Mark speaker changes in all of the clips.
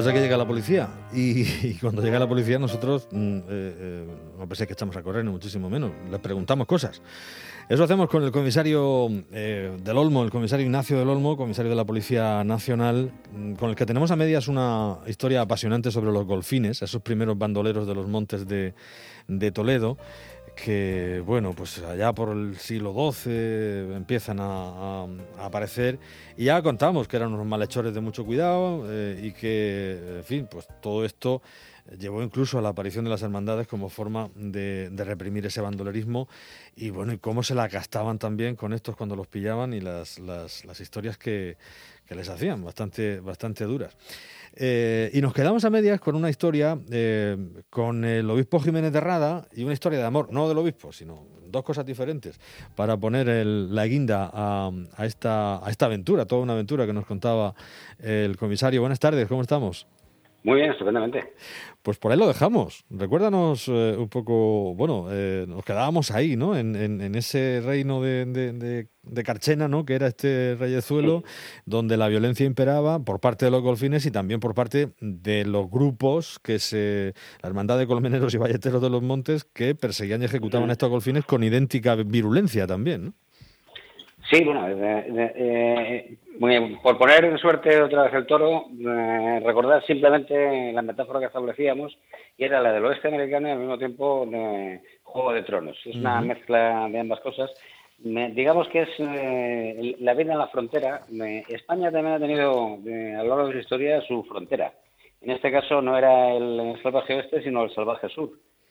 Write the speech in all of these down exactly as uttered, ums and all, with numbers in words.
Speaker 1: pasa es que llega la policía y, y cuando llega la policía nosotros mm, eh, eh, no pensé que echamos a correr, ni muchísimo menos, les preguntamos cosas. Eso hacemos con el comisario eh, del Olmo, el comisario Ignacio del Olmo, comisario de la Policía Nacional, con el que tenemos a medias una historia apasionante sobre los golfines, esos primeros bandoleros de los montes de, de Toledo, que, bueno, pues allá por el siglo doce empiezan a, a, a aparecer, y ya contamos que eran unos malhechores de mucho cuidado eh, y que, en fin, pues todo esto llevó incluso a la aparición de las hermandades como forma de, de reprimir ese bandolerismo, y bueno, y cómo se la gastaban también con estos cuando los pillaban, y las, las, las historias que, que les hacían, bastante, bastante duras. Eh, y nos quedamos a medias con una historia eh, con el obispo Jiménez de Rada, y una historia de amor, no del obispo, sino dos cosas diferentes, para poner el, la guinda a, a, esta, a esta aventura, toda una aventura que nos contaba el comisario. Buenas tardes, ¿cómo estamos?
Speaker 2: Muy bien, estupendamente.
Speaker 1: Pues por ahí lo dejamos. Recuérdanos eh, un poco, bueno, eh, nos quedábamos ahí, ¿no? En, en, en ese reino de, de, de, de Carchena, ¿no? Que era este reyezuelo, sí, donde la violencia imperaba por parte de los golfines y también por parte de los grupos que se, la Hermandad de Colmeneros y Balleteros de los Montes, que perseguían y ejecutaban a estos golfines con idéntica virulencia también, ¿no?
Speaker 2: Sí, bueno, eh, eh, eh, por poner en suerte otra vez el toro, eh, recordar simplemente la metáfora que establecíamos, y era la del oeste americano y al mismo tiempo de Juego de Tronos. Es uh-huh. una mezcla de ambas cosas. Me, digamos que es eh, la vida en la frontera. Me, España también ha tenido eh, a lo largo de su historia su frontera. En este caso no era el salvaje oeste, sino el salvaje sur.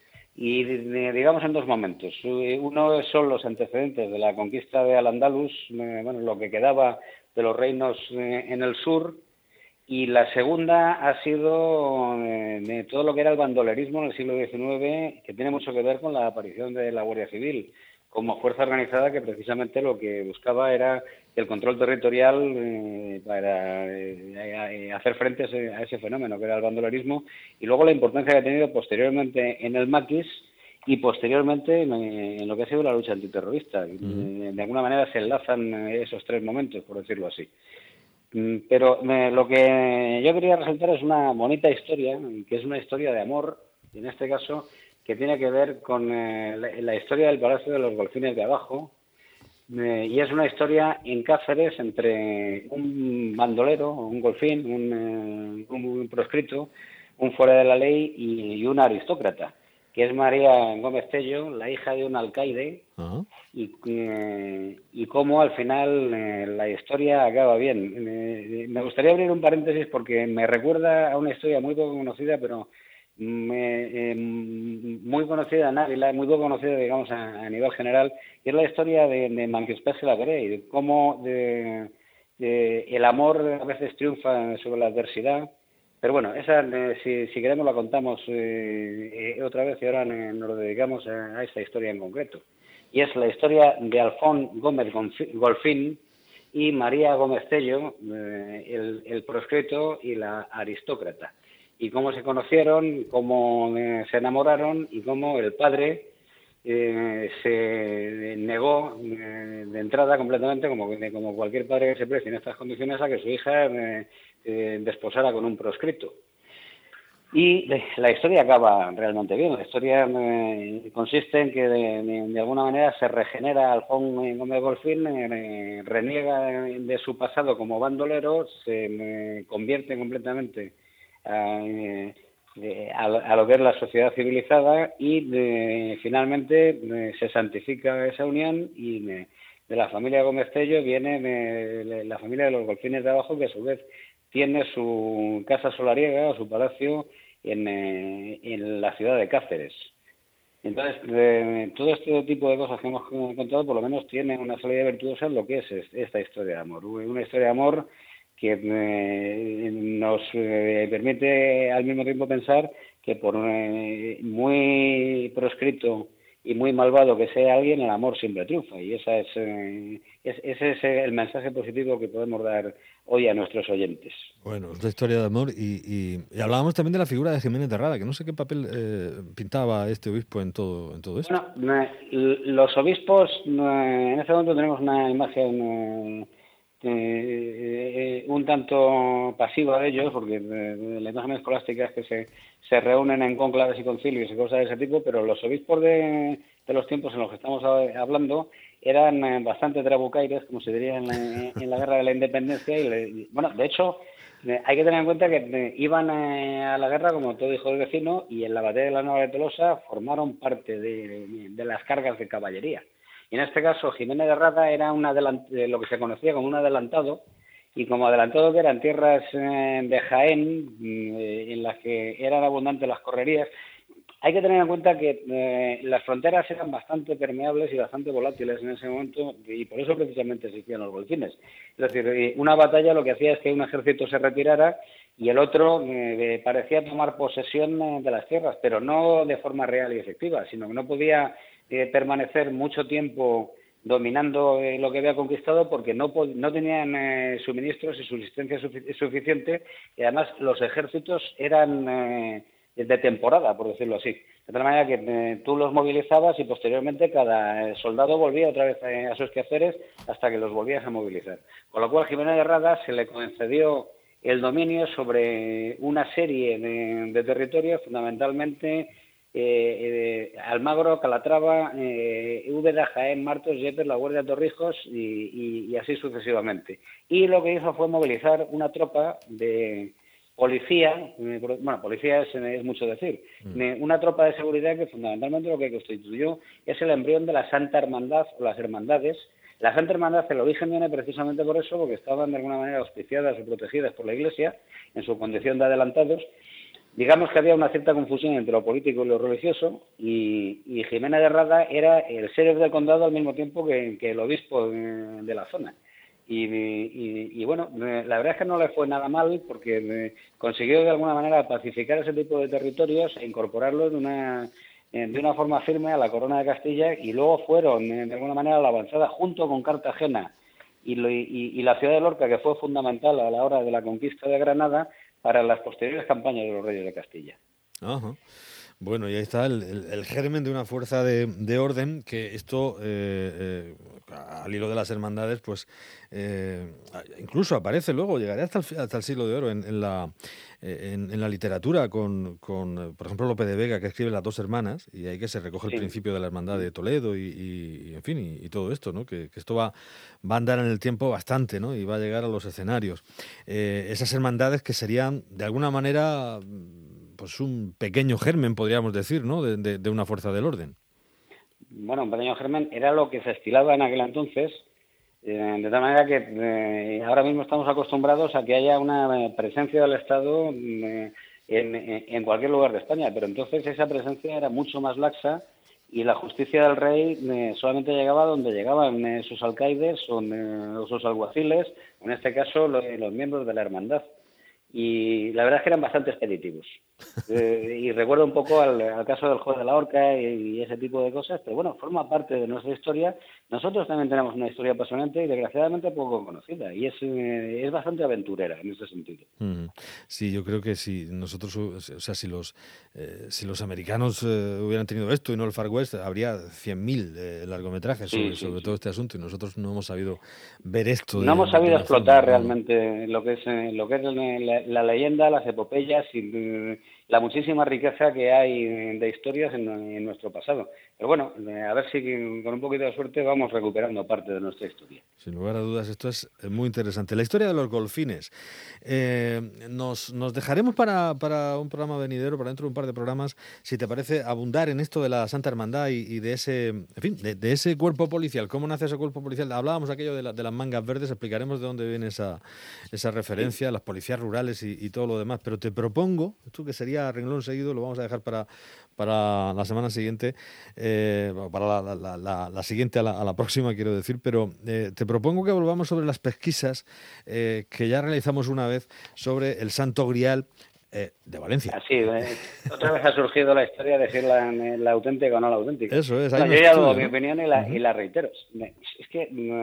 Speaker 2: Y digamos en dos momentos. Uno son los antecedentes de la conquista de Al-Ándalus, eh, bueno, lo que quedaba de los reinos eh, en el sur, y la segunda ha sido eh, de todo lo que era el bandolerismo en el siglo diecinueve, que tiene mucho que ver con la aparición de la Guardia Civil como fuerza organizada, que precisamente lo que buscaba era el control territorial eh, para eh, hacer frente a ese, a ese fenómeno que era el bandolerismo, y luego la importancia que ha tenido posteriormente en el maquis y posteriormente en, en lo que ha sido la lucha antiterrorista. Uh-huh. De alguna manera se enlazan esos tres momentos, por decirlo así. Pero eh, lo que yo quería resaltar es una bonita historia, que es una historia de amor, y en este caso que tiene que ver con eh, la, la historia del Palacio de los Golfines de Abajo, eh, y es una historia en Cáceres entre un bandolero, un golfín, un, eh, un proscrito, un fuera de la ley y, y una aristócrata, que es María Gómez Tello, la hija de un alcaide, uh-huh. y, eh, y cómo al final eh, la historia acaba bien. Eh, me gustaría abrir un paréntesis porque me recuerda a una historia muy poco conocida, pero me, eh, muy conocida en Ávila, muy poco conocida, digamos, a, a nivel general, y es la historia de, de Manquespès la Grey, de cómo de, de el amor a veces triunfa sobre la adversidad. Pero bueno, esa, eh, si, si queremos la contamos eh, eh, otra vez, y ahora eh, nos dedicamos a, a esta historia en concreto. Y es la historia de Alfón Gómez Golfín y María Gómez Tello, eh, el, el proscrito y la aristócrata. Y cómo se conocieron, cómo eh, se enamoraron y cómo el padre eh, se negó eh, de entrada completamente, como, como cualquier padre que se precie en estas condiciones, a que su hija eh, eh, desposara con un proscrito. Y la historia acaba realmente bien. La historia eh, consiste en que de, de, de alguna manera se regenera Alfón Gómez Golfín, eh, reniega de, de su pasado como bandolero, se eh, convierte completamente a, eh, a, a lo que es la sociedad civilizada y de, finalmente de, se santifica esa unión, y de, de la familia Gómez Tello viene de, de la familia de los Golfines de Abajo, que a su vez tiene su casa solariega, su palacio, en, eh, en la ciudad de Cáceres. Entonces, eh, todo este tipo de cosas que hemos contado, por lo menos tiene una salida virtuosa en lo que es esta historia de amor. Una historia de amor que eh, nos eh, permite al mismo tiempo pensar que por eh, muy proscrito y muy malvado que sea alguien, el amor siempre triunfa, y esa es, eh, es, ese es el mensaje positivo que podemos dar hoy a nuestros oyentes.
Speaker 1: Bueno, es la historia de amor, y, y, y hablábamos también de la figura de Jiménez de Rada, que no sé qué papel eh, pintaba este obispo en todo, en todo esto.
Speaker 2: Bueno, los obispos, en este momento tenemos una imagen eh, un tanto pasiva de ellos, porque eh, la imagen escolástica es que se, se reúnen en cónclaves y concilios y cosas de ese tipo, pero los obispos de, de los tiempos en los que estamos hablando eran eh, bastante trabucaires, como se diría en la, en la guerra de la independencia, y, le, y bueno, de hecho, eh, hay que tener en cuenta que eh, iban eh, a la guerra como todo hijo del vecino, y en la batalla de la Nueva de Tolosa formaron parte de, de, de las cargas de caballería. Y en este caso, Jiménez de Rada era un adelant- lo que se conocía como un adelantado, y como adelantado que eran tierras eh, de Jaén, eh, en las que eran abundantes las correrías. Hay que tener en cuenta que eh, las fronteras eran bastante permeables y bastante volátiles en ese momento, y por eso precisamente se hicieron los golfines. Es decir, una batalla lo que hacía es que un ejército se retirara y el otro eh, parecía tomar posesión de las tierras, pero no de forma real y efectiva, sino que no podía eh, permanecer mucho tiempo dominando eh, lo que había conquistado porque no, no tenían eh, suministros y subsistencia sufic- suficiente, y además los ejércitos eran eh, de temporada, por decirlo así. De tal manera que eh, tú los movilizabas y posteriormente cada soldado volvía otra vez eh, a sus quehaceres hasta que los volvías a movilizar. Con lo cual, Jiménez de Rada se le concedió el dominio sobre una serie de, de territorios, fundamentalmente Eh, eh, Almagro, Calatrava, eh, Úbeda, Jaén, Martos, Yepes, La Guardia, Torrijos y, y, y así sucesivamente. Y lo que hizo fue movilizar una tropa de policía, eh, bueno, policía es, es mucho decir, mm. una tropa de seguridad que fundamentalmente lo que constituyó es el embrión de la Santa Hermandad o las Hermandades. La Santa Hermandad, el origen viene precisamente por eso, porque estaban de alguna manera auspiciadas o protegidas por la Iglesia en su condición de adelantados. Digamos que había una cierta confusión entre lo político y lo religioso, y, y Jiménez de Rada era el sheriff del condado al mismo tiempo que, que el obispo de, de la zona. Y, y, y bueno, la verdad es que no le fue nada mal, porque consiguió de alguna manera pacificar ese tipo de territorios e incorporarlos de una, de una forma firme a la corona de Castilla, y luego fueron de alguna manera a la avanzada junto con Cartagena y, lo, y, y la ciudad de Lorca, que fue fundamental a la hora de la conquista de Granada para las posteriores campañas de los reyes de Castilla.
Speaker 1: Ajá. Bueno, y ahí está el, el, el germen de una fuerza de, de orden, que esto, eh, eh, al hilo de las hermandades, pues eh, incluso aparece luego, llegaría hasta el, hasta el siglo de oro en, en, la, en, en la literatura, con, con, por ejemplo, Lope de Vega, que escribe Las dos hermanas, y ahí que se recoge el sí. principio de la hermandad de Toledo y, y, y en fin, y, y todo esto, ¿no? Que, que esto va, va a andar en el tiempo bastante, ¿no? Y va a llegar a los escenarios. Eh, esas hermandades que serían, de alguna manera, pues un pequeño germen, podríamos decir, ¿no? De, de, de una fuerza del orden.
Speaker 2: Bueno, un pequeño germen era lo que se estilaba en aquel entonces, eh, de tal manera que eh, ahora mismo estamos acostumbrados a que haya una presencia del Estado eh, en, en cualquier lugar de España, pero entonces esa presencia era mucho más laxa, y la justicia del rey eh, solamente llegaba donde llegaban eh, sus alcaides o, eh, o sus alguaciles, en este caso los, los miembros de la hermandad. Y la verdad es que eran bastante expeditivos. Eh, y recuerdo un poco al, al caso del juez de la horca y, y ese tipo de cosas, pero bueno, forma parte de nuestra historia. Nosotros también tenemos una historia apasionante y desgraciadamente poco conocida, y es, eh, es bastante aventurera en ese sentido.
Speaker 1: Mm, sí, yo creo que si nosotros, o sea, si los eh, si los americanos eh, hubieran tenido esto y no el Far West, habría cien mil eh, largometrajes sobre, sí, sí, sobre sí. todo este asunto, y nosotros no hemos sabido ver esto.
Speaker 2: No
Speaker 1: de,
Speaker 2: hemos sabido
Speaker 1: de
Speaker 2: explotar
Speaker 1: forma,
Speaker 2: realmente lo que es lo que es la, la leyenda, las epopeyas y la muchísima riqueza que hay de historias en, en nuestro pasado. Pero bueno, a ver si con un poquito de suerte vamos recuperando parte de nuestra historia.
Speaker 1: Sin lugar a dudas, esto es muy interesante. La historia de los golfines. Eh, nos, nos dejaremos para, para un programa venidero, para dentro de un par de programas, si te parece, abundar en esto de la Santa Hermandad y, y de ese, en fin, de, de ese cuerpo policial. ¿Cómo nace ese cuerpo policial? Hablábamos aquello de, la, de las mangas verdes, explicaremos de dónde viene esa, esa referencia, sí. las policías rurales y, y todo lo demás. Pero te propongo, esto que sería renglón seguido, lo vamos a dejar para, para la semana siguiente, eh, para la, la, la, la siguiente a la, a la próxima, quiero decir, pero eh, te propongo que volvamos sobre las pesquisas eh, que ya realizamos una vez sobre el Santo Grial eh, de Valencia.
Speaker 2: Así, eh, otra vez ha surgido la historia de si la, la auténtica o no la auténtica.
Speaker 1: Eso es.
Speaker 2: No, yo ya he dado mi opinión y la, uh-huh. y la reitero. Es que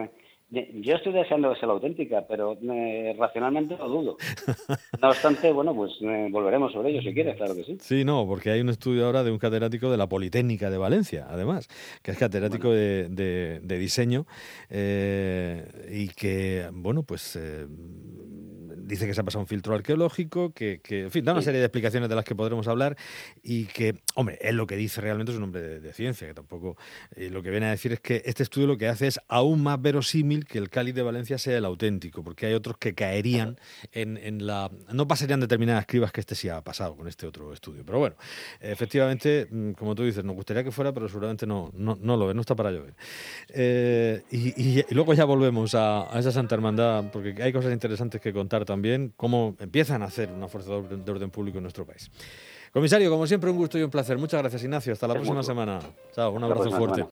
Speaker 2: Yo estoy deseando que sea la auténtica, pero eh, racionalmente lo dudo. No obstante, bueno, pues eh, volveremos sobre ello si quieres, claro que sí.
Speaker 1: Sí, no, porque hay un estudio ahora de un catedrático de la Politécnica de Valencia, además, que es catedrático
Speaker 2: Bueno.
Speaker 1: de, de- de diseño eh, y que, bueno, pues eh, dice que se ha pasado un filtro arqueológico, que, que, en fin, da una
Speaker 2: Sí.
Speaker 1: serie de explicaciones de las que podremos hablar y que, hombre, él lo que dice realmente es un hombre de, de ciencia, que tampoco, eh, lo que viene a decir es que este estudio lo que hace es aún más verosímil que el Cáliz de Valencia sea el auténtico, porque hay otros que caerían en, en la... No pasarían determinadas cribas que este sí ha pasado con este otro estudio. Pero bueno, efectivamente, mm, como tú dices, nos gustaría que fuera, pero seguramente no, no, no lo es, no está para llover. Eh, y, y- y luego ya volvemos a, a esa Santa Hermandad, porque hay cosas interesantes que contar también, cómo empiezan a hacer una fuerza de orden, de orden público en nuestro país. Comisario, como siempre, un gusto y un placer. Muchas gracias, Ignacio. Hasta la
Speaker 2: Es
Speaker 1: próxima
Speaker 2: mutuo.
Speaker 1: semana. Chao, un
Speaker 2: Hasta la
Speaker 1: abrazo
Speaker 2: próxima
Speaker 1: fuerte.
Speaker 2: semana.